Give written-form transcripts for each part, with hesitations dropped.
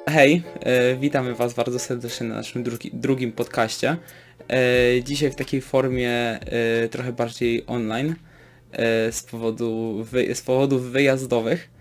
Hej, witamy Was bardzo serdecznie na naszym drugim podcaście. Dzisiaj w takiej formie trochę bardziej online z powodów wyjazdowych.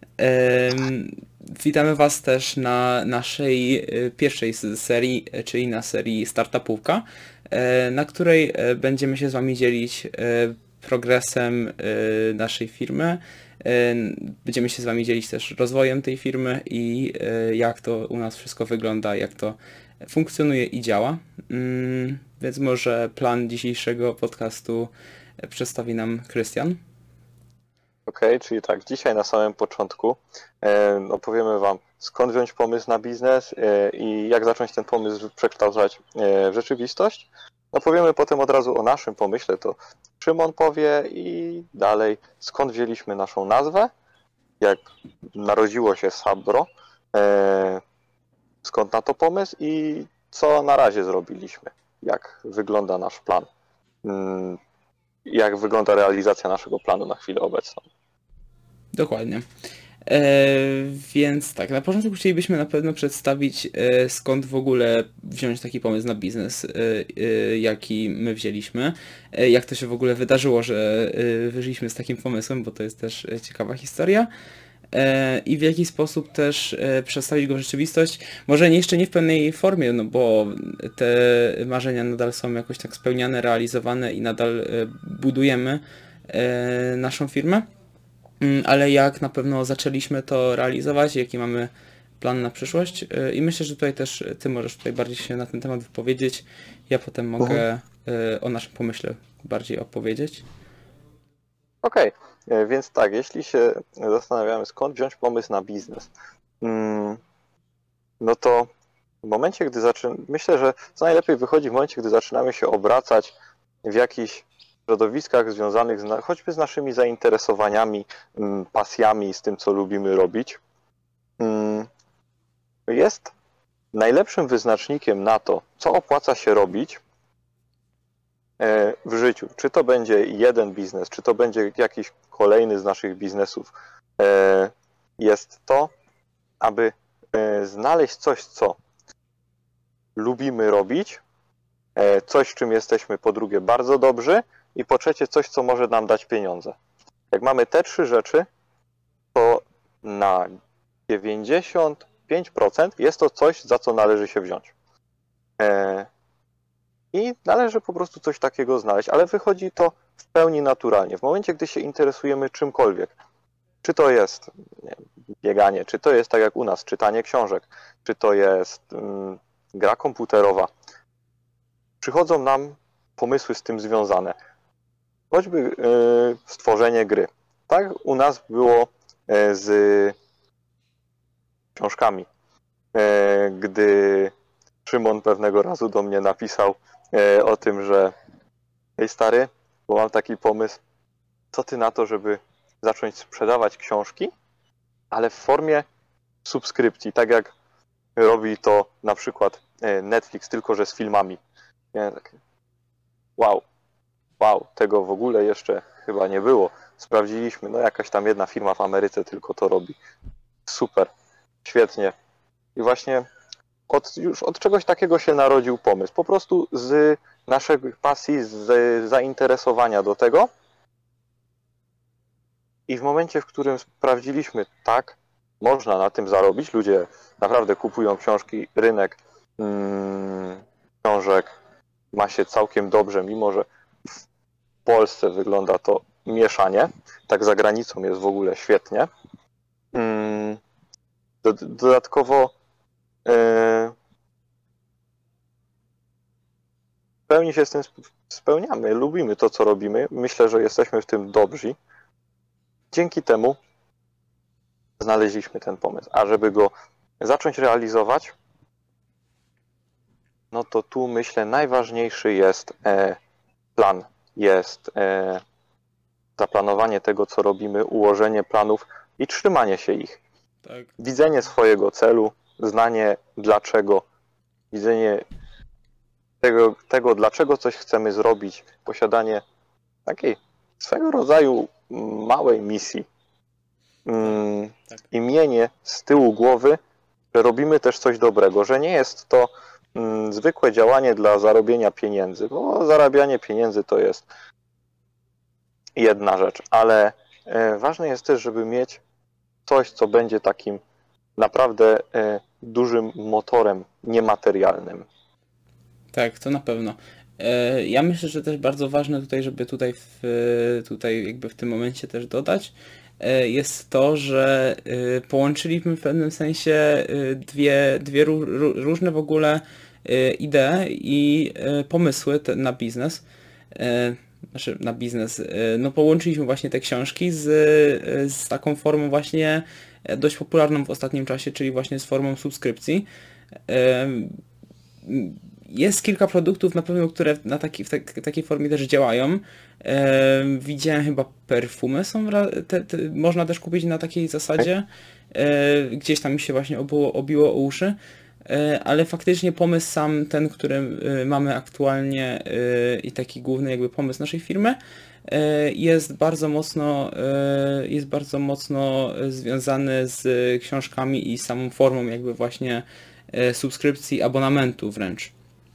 Witamy Was też na naszej pierwszej serii, czyli na serii Startupówka, na której będziemy się z Wami dzielić progresem naszej firmy. Będziemy się z Wami dzielić też rozwojem tej firmy i jak to u nas wszystko wygląda, jak to funkcjonuje i działa. Więc może plan dzisiejszego podcastu przedstawi nam Krystian. Okej, czyli tak, dzisiaj na samym początku opowiemy Wam, skąd wziąć pomysł na biznes i jak zacząć ten pomysł przekształcać w rzeczywistość. Opowiemy potem od razu o naszym pomyśle, to Szymon powie i dalej, skąd wzięliśmy naszą nazwę, jak narodziło się Sabro, skąd na to pomysł i co na razie zrobiliśmy, jak wygląda nasz plan, jak wygląda realizacja naszego planu na chwilę obecną. Dokładnie. Więc tak, na początku chcielibyśmy na pewno przedstawić, skąd w ogóle wziąć taki pomysł na biznes, jaki my wzięliśmy, jak to się w ogóle wydarzyło, że wyszliśmy z takim pomysłem, bo to jest też ciekawa historia. I w jaki sposób też przedstawić go w rzeczywistość. Może jeszcze nie w pełnej formie, no bo te marzenia nadal są jakoś tak spełniane, realizowane i nadal budujemy naszą firmę. Ale jak na pewno zaczęliśmy to realizować, jaki mamy plan na przyszłość i myślę, że tutaj też Ty możesz tutaj bardziej się na ten temat wypowiedzieć. Ja potem mogę o naszym pomyśle bardziej opowiedzieć. Okej, więc tak, jeśli się zastanawiamy, skąd wziąć pomysł na biznes, no to w momencie, gdy myślę, że co najlepiej wychodzi w momencie, gdy zaczynamy się obracać w jakichś środowiskach związanych choćby z naszymi zainteresowaniami, pasjami, z tym, co lubimy robić, jest najlepszym wyznacznikiem na to, co opłaca się robić w życiu. Czy to będzie jeden biznes, czy to będzie jakiś kolejny z naszych biznesów, jest to, aby znaleźć coś, co lubimy robić, coś, w czym jesteśmy po drugie bardzo dobrzy i po trzecie coś, co może nam dać pieniądze. Jak mamy te trzy rzeczy, to na 95% jest to coś, za co należy się wziąć. I należy po prostu coś takiego znaleźć, ale wychodzi to w pełni naturalnie. W momencie, gdy się interesujemy czymkolwiek, czy to jest bieganie, czy to jest tak jak u nas, czytanie książek, czy to jest gra komputerowa, przychodzą nam pomysły z tym związane. Choćby stworzenie gry. Tak u nas było z książkami. Gdy Szymon pewnego razu do mnie napisał o tym, że hej stary, bo mam taki pomysł, co ty na to, żeby zacząć sprzedawać książki, ale w formie subskrypcji, tak jak robi to na przykład Netflix, tylko że z filmami. Ja tak, wow, tego w ogóle jeszcze chyba nie było. Sprawdziliśmy, no jakaś tam jedna firma w Ameryce tylko to robi. Super, świetnie. I właśnie już od czegoś takiego się narodził pomysł. Po prostu z naszej pasji, z zainteresowania do tego. I w momencie, w którym sprawdziliśmy, tak, można na tym zarobić, ludzie naprawdę kupują książki, rynek książek ma się całkiem dobrze, mimo że w Polsce wygląda to mieszanie, tak za granicą jest w ogóle świetnie. Dodatkowo w pełni się z tym spełniamy, lubimy to, co robimy. Myślę, że jesteśmy w tym dobrzy. Dzięki temu znaleźliśmy ten pomysł. A żeby go zacząć realizować, no to tu myślę najważniejszy jest plan. Jest zaplanowanie tego, co robimy, ułożenie planów i trzymanie się ich. Tak. Widzenie swojego celu, znanie dlaczego, widzenie tego, dlaczego coś chcemy zrobić, posiadanie takiej swego rodzaju małej misji. Tak. I mienie z tyłu głowy że robimy też coś dobrego, że nie jest to zwykłe działanie dla zarobienia pieniędzy, bo zarabianie pieniędzy to jest jedna rzecz, ale ważne jest też, żeby mieć coś, co będzie takim naprawdę dużym motorem niematerialnym. Tak, to na pewno. Ja myślę, że też bardzo ważne tutaj, żeby tutaj jakby w tym momencie też dodać, jest to, że połączyliśmy w pewnym sensie dwie różne w ogóle idee i pomysły na biznes. Znaczy na biznes. No połączyliśmy właśnie te książki z taką formą właśnie dość popularną w ostatnim czasie, czyli właśnie z formą subskrypcji. Jest kilka produktów na pewno, które w takiej formie też działają. Widziałem chyba perfumy można też kupić na takiej zasadzie. Gdzieś tam mi się właśnie obiło o uszy. Ale faktycznie pomysł sam, ten, który mamy aktualnie i taki główny jakby pomysł naszej firmy, jest bardzo mocno związany z książkami i samą formą jakby właśnie subskrypcji, abonamentu wręcz.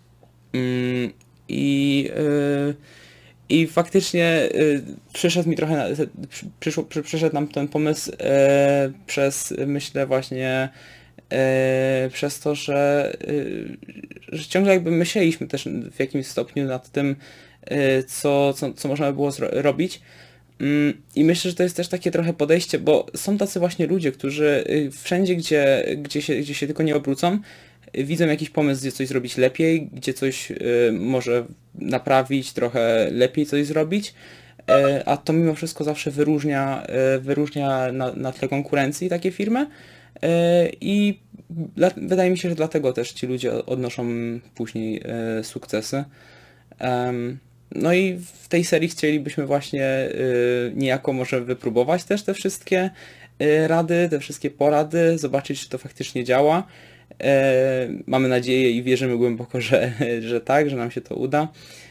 I, i faktycznie przyszedł mi trochę, przyszedł nam ten pomysł myślę właśnie przez to, że ciągle jakby myśleliśmy też w jakimś stopniu nad tym, co można by było robić. I myślę, że to jest też takie trochę podejście, bo są tacy właśnie ludzie, którzy wszędzie, gdzie się tylko nie obrócą, widzą jakiś pomysł, gdzie coś zrobić lepiej, gdzie coś może naprawić, trochę lepiej coś zrobić, a to mimo wszystko zawsze wyróżnia na tle konkurencji takie firmy. I wydaje mi się, że dlatego też ci ludzie odnoszą później sukcesy. No i w tej serii chcielibyśmy właśnie niejako może wypróbować też te wszystkie rady, te wszystkie porady, zobaczyć, czy to faktycznie działa. Mamy nadzieję i wierzymy głęboko, że tak, że nam się to uda.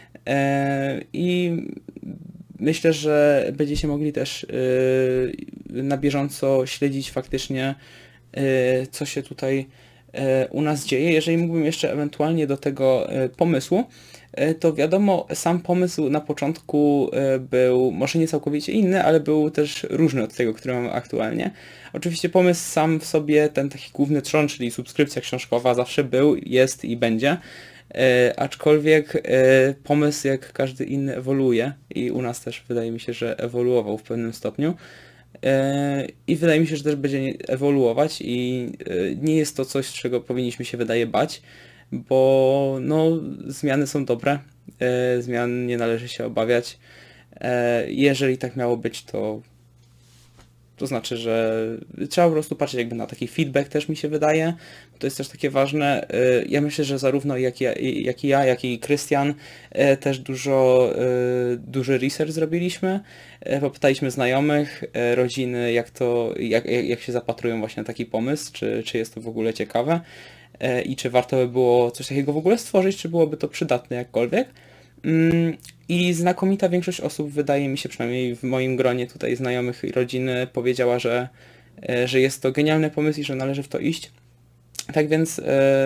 I myślę, że będziecie mogli też na bieżąco śledzić faktycznie, co się tutaj u nas dzieje. Jeżeli mógłbym jeszcze ewentualnie do tego pomysłu, to wiadomo, sam pomysł na początku był może nie całkowicie inny, ale był też różny od tego, który mamy aktualnie. Oczywiście pomysł sam w sobie, ten taki główny trzon, czyli subskrypcja książkowa zawsze był, jest i będzie. Aczkolwiek pomysł jak każdy inny ewoluuje i u nas też wydaje mi się, że ewoluował w pewnym stopniu. I wydaje mi się, że też będzie ewoluować i nie jest to coś, z czego powinniśmy się wydaje bać, bo no, zmiany są dobre, zmian nie należy się obawiać. Jeżeli tak miało być, to znaczy, że trzeba po prostu patrzeć jakby na taki feedback też mi się wydaje. To jest też takie ważne. Ja myślę, że zarówno jak i Krystian też duży research zrobiliśmy. Popytaliśmy znajomych, rodziny, jak się zapatrują właśnie na taki pomysł, czy jest to w ogóle ciekawe i czy warto by było coś takiego w ogóle stworzyć, czy byłoby to przydatne jakkolwiek. I znakomita większość osób, wydaje mi się, przynajmniej w moim gronie tutaj znajomych i rodziny, powiedziała, że jest to genialny pomysł i że należy w to iść. Tak więc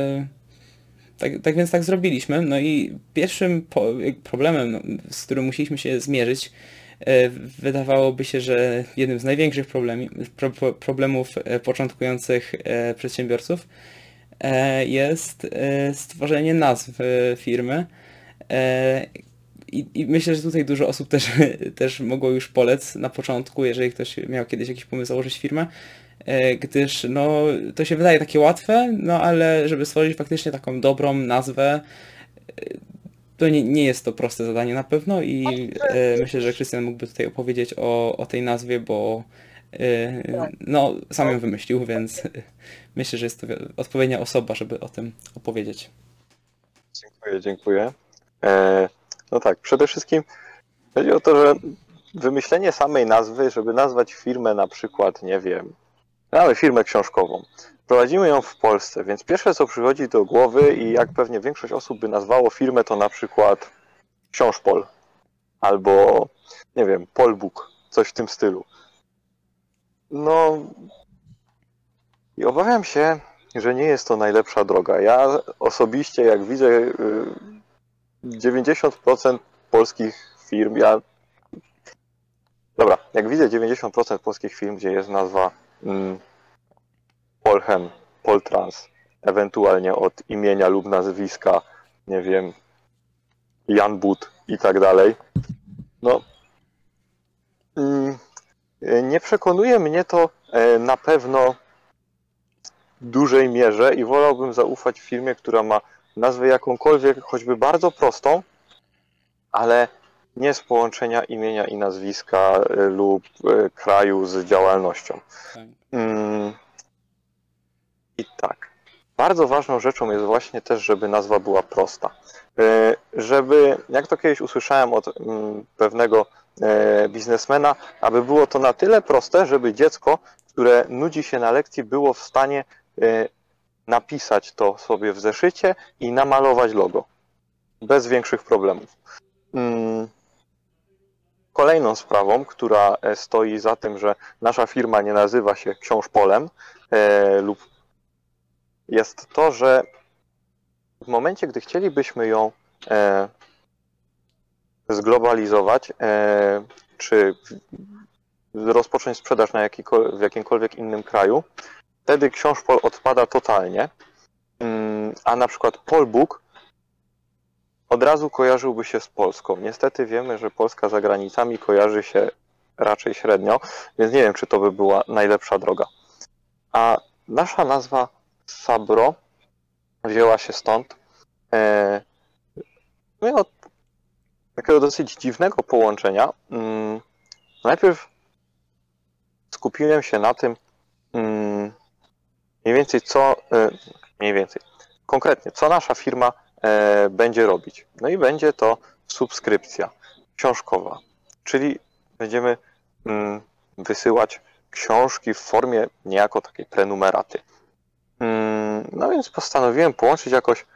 tak zrobiliśmy. No i pierwszym problemem, no, z którym musieliśmy się zmierzyć, wydawałoby się, że jednym z największych problemów początkujących przedsiębiorców jest stworzenie nazw firmy. I myślę, że tutaj dużo osób też mogło już polec na początku, jeżeli ktoś miał kiedyś jakiś pomysł założyć firmę, gdyż no, to się wydaje takie łatwe, no ale żeby stworzyć faktycznie taką dobrą nazwę, to nie jest to proste zadanie na pewno i myślę, że Krystian mógłby tutaj opowiedzieć o tej nazwie, bo no, sam ją wymyślił, więc myślę, że jest to odpowiednia osoba, żeby o tym opowiedzieć. Dziękuję. No tak, przede wszystkim chodzi o to, że wymyślenie samej nazwy, żeby nazwać firmę na przykład, nie wiem, mamy firmę książkową. Prowadzimy ją w Polsce, więc pierwsze co przychodzi do głowy i jak pewnie większość osób by nazwało firmę, to na przykład Książpol albo, nie wiem, Polbook, coś w tym stylu. No i obawiam się, że nie jest to najlepsza droga. Ja osobiście, jak widzę 90% polskich firm, jak widzę 90% polskich firm, gdzie jest nazwa Polchem, Poltrans, ewentualnie od imienia lub nazwiska, nie wiem, Jan But i tak dalej, no nie przekonuje mnie to na pewno w dużej mierze i wolałbym zaufać firmie, która ma nazwę jakąkolwiek, choćby bardzo prostą, ale nie z połączenia imienia i nazwiska lub kraju z działalnością. Tak. I tak, bardzo ważną rzeczą jest właśnie też, żeby nazwa była prosta. Żeby, jak to kiedyś usłyszałem od pewnego biznesmena, aby było to na tyle proste, żeby dziecko, które nudzi się na lekcji, było w stanie napisać to sobie w zeszycie i namalować logo. Bez większych problemów. Kolejną sprawą, która stoi za tym, że nasza firma nie nazywa się Książpolem lub jest to, że w momencie, gdy chcielibyśmy ją zglobalizować, czy rozpocząć sprzedaż w jakimkolwiek innym kraju, wtedy Książpol odpada totalnie, a na przykład Polbook od razu kojarzyłby się z Polską. Niestety wiemy, że Polska za granicami kojarzy się raczej średnio, więc nie wiem, czy to by była najlepsza droga. A nasza nazwa Sabro wzięła się stąd od takiego dosyć dziwnego połączenia. Najpierw skupiłem się na tym konkretnie, co nasza firma będzie robić. No i będzie to subskrypcja książkowa, czyli będziemy wysyłać książki w formie niejako takiej prenumeraty. No więc postanowiłem połączyć jakoś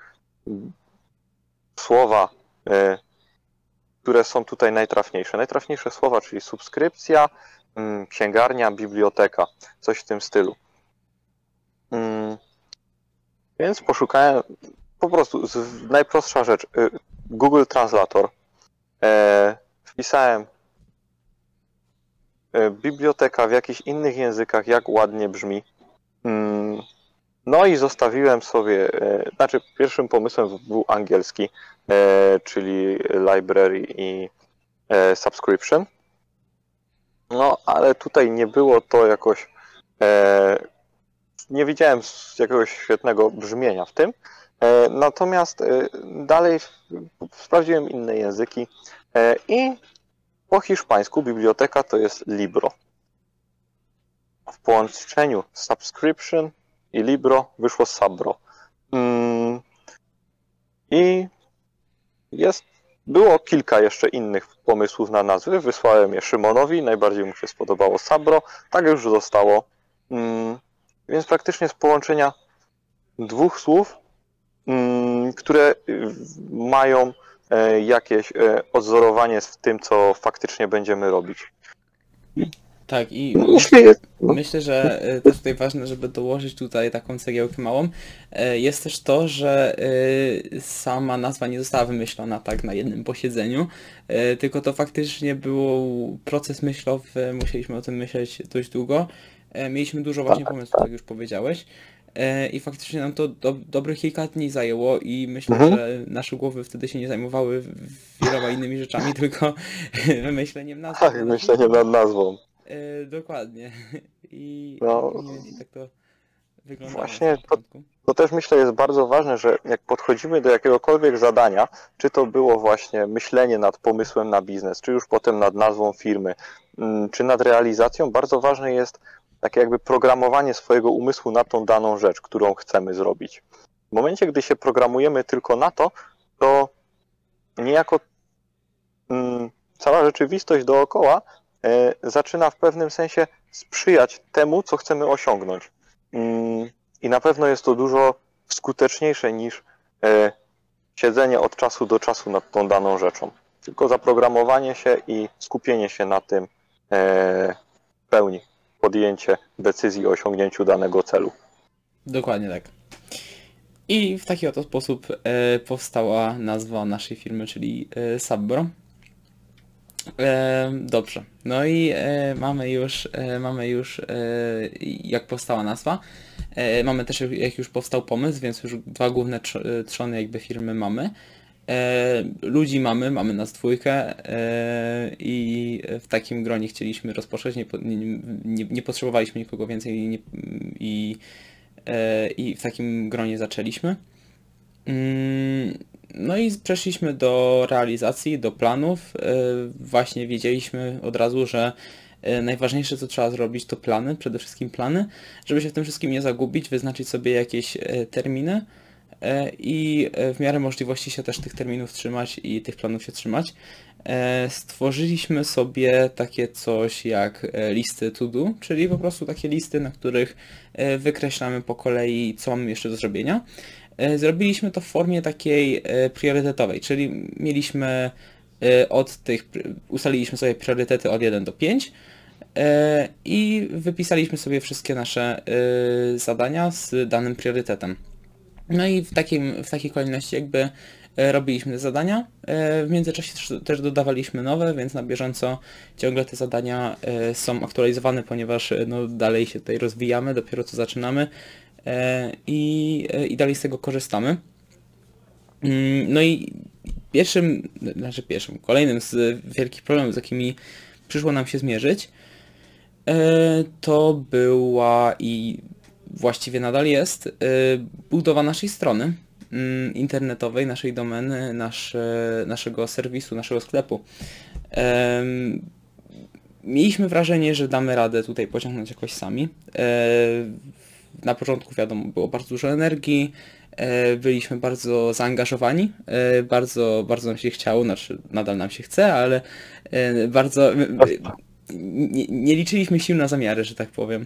słowa, które są tutaj najtrafniejsze. Najtrafniejsze słowa, czyli subskrypcja, księgarnia, biblioteka, coś w tym stylu. Więc poszukałem po prostu najprostsza rzecz. Google Translator. Wpisałem biblioteka w jakichś innych językach, jak ładnie brzmi. No i zostawiłem sobie, pierwszym pomysłem był angielski, czyli library i subscription. No, ale tutaj nie było to jakoś, nie widziałem jakiegoś świetnego brzmienia w tym. Natomiast dalej sprawdziłem inne języki i po hiszpańsku biblioteka to jest Libro. W połączeniu subscription i Libro wyszło Sabro. I było kilka jeszcze innych pomysłów na nazwy. Wysłałem je Szymonowi, najbardziej mu się spodobało Sabro. Tak już zostało. Więc praktycznie z połączenia dwóch słów, które mają jakieś odzorowanie w tym, co faktycznie będziemy robić. Tak, i myślę, że też tutaj ważne, żeby dołożyć tutaj taką cegiełkę małą, jest też to, że sama nazwa nie została wymyślona tak na jednym posiedzeniu, tylko to faktycznie był proces myślowy, musieliśmy o tym myśleć dość długo. Mieliśmy dużo właśnie pomysłów, jak już powiedziałeś. I faktycznie nam to dobrych kilka dni zajęło i myślę, że nasze głowy wtedy się nie zajmowały wieloma innymi rzeczami, tylko wymyśleniem nazwy. Tak, myśleniem nad nazwą. Dokładnie. I mniej więcej tak to wyglądało. Właśnie to też myślę jest bardzo ważne, że jak podchodzimy do jakiegokolwiek zadania, czy to było właśnie myślenie nad pomysłem na biznes, czy już potem nad nazwą firmy, czy nad realizacją, bardzo ważne jest takie jakby programowanie swojego umysłu na tą daną rzecz, którą chcemy zrobić. W momencie, gdy się programujemy tylko na to, to niejako cała rzeczywistość dookoła zaczyna w pewnym sensie sprzyjać temu, co chcemy osiągnąć. I na pewno jest to dużo skuteczniejsze niż siedzenie od czasu do czasu nad tą daną rzeczą. Tylko zaprogramowanie się i skupienie się na tym w pełni. Podjęcie decyzji o osiągnięciu danego celu. Dokładnie tak. I w taki oto sposób powstała nazwa naszej firmy, czyli Subbro. Dobrze. No i mamy już jak powstała nazwa. Mamy też jak już powstał pomysł, więc już dwa główne trzony jakby firmy mamy. Ludzi mamy nas dwójkę i w takim gronie chcieliśmy rozpocząć, nie potrzebowaliśmy nikogo więcej i w takim gronie zaczęliśmy. No i przeszliśmy do realizacji, do planów. Właśnie wiedzieliśmy od razu, że najważniejsze co trzeba zrobić to plany, przede wszystkim plany, żeby się w tym wszystkim nie zagubić, wyznaczyć sobie jakieś terminy i w miarę możliwości się też tych terminów trzymać i tych planów się trzymać. Stworzyliśmy sobie takie coś jak listy to do, czyli po prostu takie listy, na których wykreślamy po kolei, co mamy jeszcze do zrobienia. Zrobiliśmy to w formie takiej priorytetowej, czyli mieliśmy ustaliliśmy sobie priorytety od 1 do 5 i wypisaliśmy sobie wszystkie nasze zadania z danym priorytetem. No i w takiej kolejności jakby robiliśmy te zadania. W międzyczasie też dodawaliśmy nowe, więc na bieżąco ciągle te zadania są aktualizowane, ponieważ no, dalej się tutaj rozwijamy, dopiero co zaczynamy i dalej z tego korzystamy. No i kolejnym z wielkich problemów, z jakimi przyszło nam się zmierzyć, to była i właściwie nadal jest budowa naszej strony internetowej, naszej domeny, naszego serwisu, naszego sklepu. Mieliśmy wrażenie, że damy radę tutaj pociągnąć jakoś sami. Na początku wiadomo, było bardzo dużo energii, byliśmy bardzo zaangażowani, bardzo nam się chciało, znaczy nadal nam się chce, ale bardzo nie liczyliśmy sił na zamiary, że tak powiem.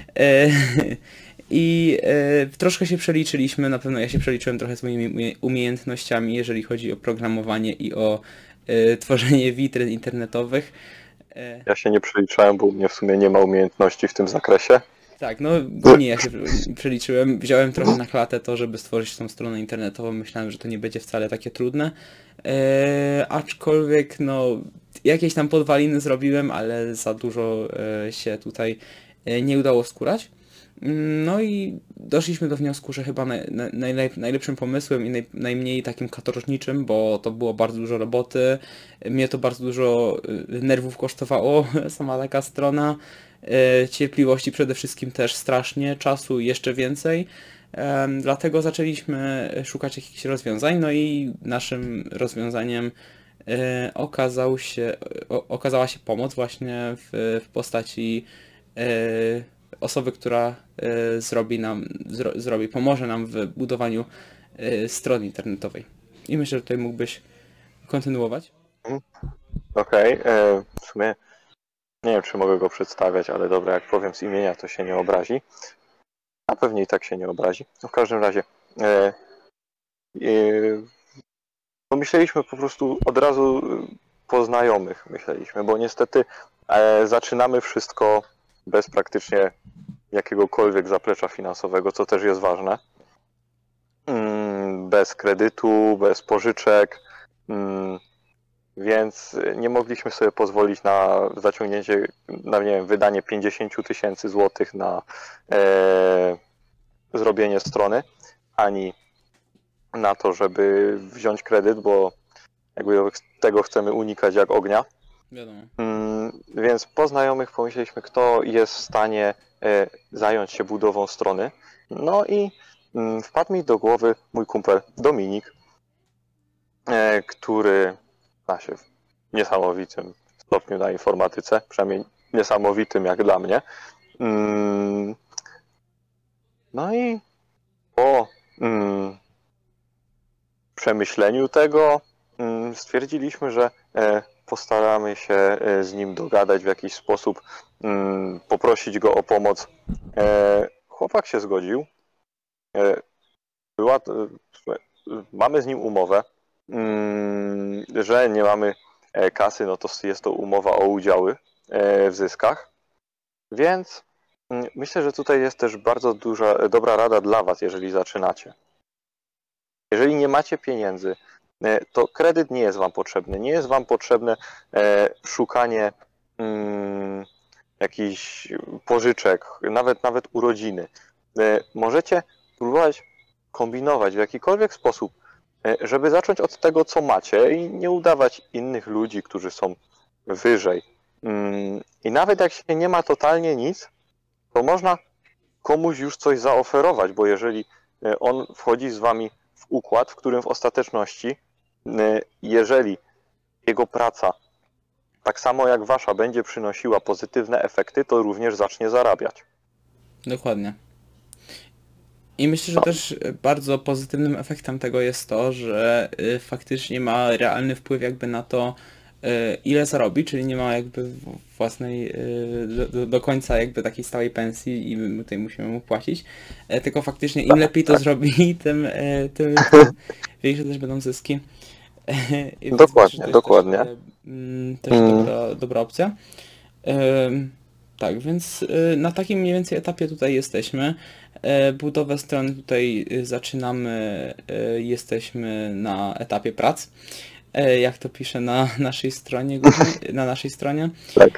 I troszkę się przeliczyliśmy, na pewno ja się przeliczyłem trochę z moimi umiejętnościami, jeżeli chodzi o programowanie i o tworzenie witryn internetowych. Ja się nie przeliczałem, bo u mnie w sumie nie ma umiejętności w tym zakresie. Tak, no głównie ja się przeliczyłem, wziąłem trochę na klatę to, żeby stworzyć tą stronę internetową, myślałem, że to nie będzie wcale takie trudne, aczkolwiek no jakieś tam podwaliny zrobiłem, ale za dużo się tutaj nie udało skórać. No i doszliśmy do wniosku, że chyba najlepszym pomysłem i najmniej takim katorżniczym, bo to było bardzo dużo roboty, mnie to bardzo dużo nerwów kosztowało, sama taka strona, cierpliwości przede wszystkim też strasznie, czasu jeszcze więcej, dlatego zaczęliśmy szukać jakichś rozwiązań, no i naszym rozwiązaniem okazała się pomoc właśnie w postaci osoby, która pomoże nam w budowaniu strony internetowej. I myślę, że tutaj mógłbyś kontynuować. Okej, w sumie nie wiem, czy mogę go przedstawiać, ale dobra, jak powiem z imienia, to się nie obrazi. A pewnie i tak się nie obrazi. No w każdym razie myśleliśmy po prostu od razu po znajomych, bo niestety zaczynamy wszystko bez praktycznie jakiegokolwiek zaplecza finansowego, co też jest ważne. Bez kredytu, bez pożyczek, więc nie mogliśmy sobie pozwolić na zaciągnięcie, nie wiem, wydanie 50 000 złotych na zrobienie strony, ani na to, żeby wziąć kredyt, bo jakby tego chcemy unikać jak ognia. Wiadomo. Więc po znajomych pomyśleliśmy, kto jest w stanie zająć się budową strony. No i wpadł mi do głowy mój kumpel Dominik, który zna się w niesamowitym stopniu na informatyce, przynajmniej niesamowitym jak dla mnie. No i po przemyśleniu tego stwierdziliśmy, że postaramy się z nim dogadać w jakiś sposób, poprosić go o pomoc. Chłopak się zgodził. Mamy z nim umowę, że nie mamy kasy, no to jest to umowa o udziały w zyskach, więc Myślę, że tutaj jest też bardzo dobra rada dla Was, jeżeli zaczynacie. Jeżeli nie macie pieniędzy, to kredyt nie jest Wam potrzebny. Nie jest Wam potrzebne szukanie jakichś pożyczek, nawet urodziny. Możecie próbować kombinować w jakikolwiek sposób, żeby zacząć od tego, co macie i nie udawać innych ludzi, którzy są wyżej. I nawet jak się nie ma totalnie nic, to można komuś już coś zaoferować, bo jeżeli on wchodzi z Wami w układ, w którym w ostateczności, jeżeli jego praca, tak samo jak Wasza, będzie przynosiła pozytywne efekty, to również zacznie zarabiać. Dokładnie. I myślę, że też bardzo pozytywnym efektem tego jest to, że faktycznie ma realny wpływ jakby na to, ile zarobi, czyli nie ma jakby własnej do końca jakby takiej stałej pensji i my tutaj musimy mu płacić, tylko faktycznie im lepiej to zrobi, tym większe też będą zyski. Więc myślę, że to jest Dokładnie. też dobra opcja. Tak, więc na takim mniej więcej etapie tutaj jesteśmy. Budowę strony tutaj zaczynamy, jesteśmy na etapie prac, jak to piszę na naszej stronie, na naszej stronie. Tak.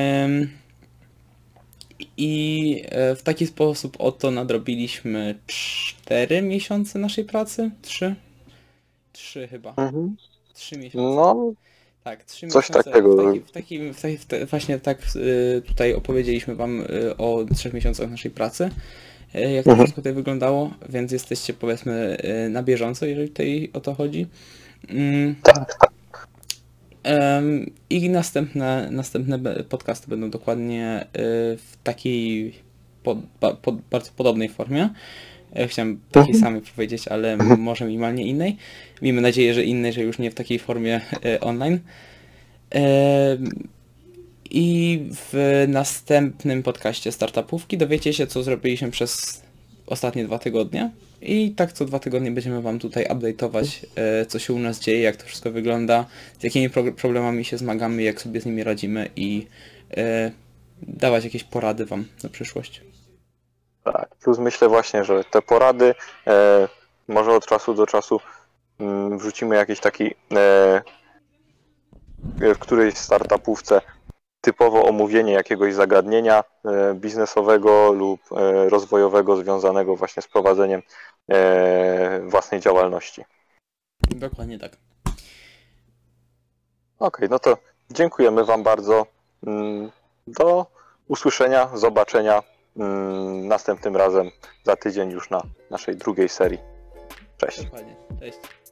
I w taki sposób oto nadrobiliśmy 4 miesiące naszej pracy. 3? 3 chyba. 3 miesiące. No, tak, 3 coś miesiące. takiego. Właśnie tak tutaj opowiedzieliśmy Wam o 3 miesiącach naszej pracy, jak to wszystko tutaj wyglądało, więc jesteście powiedzmy na bieżąco, jeżeli tutaj o to chodzi. Tak. I następne podcasty będą dokładnie w takiej bardzo podobnej formie. Chciałem takiej samej powiedzieć, ale może minimalnie innej. Miejmy nadzieję, że innej, że już nie w takiej formie online. I w następnym podcaście Startupówki dowiecie się, co zrobiliśmy przez ostatnie 2 tygodnie. I tak co 2 tygodnie będziemy Wam tutaj update'ować, co się u nas dzieje, jak to wszystko wygląda, z jakimi problemami się zmagamy, jak sobie z nimi radzimy i dawać jakieś porady Wam na przyszłość. Tak, plus myślę właśnie, że te porady może od czasu do czasu wrzucimy jakiś taki w którejś startupówce typowo omówienie jakiegoś zagadnienia biznesowego lub rozwojowego związanego właśnie z prowadzeniem własnej działalności. Dokładnie tak. Okej, no to dziękujemy Wam bardzo. Do usłyszenia, zobaczenia następnym razem za tydzień już na naszej drugiej serii. Cześć. Dokładnie. Cześć.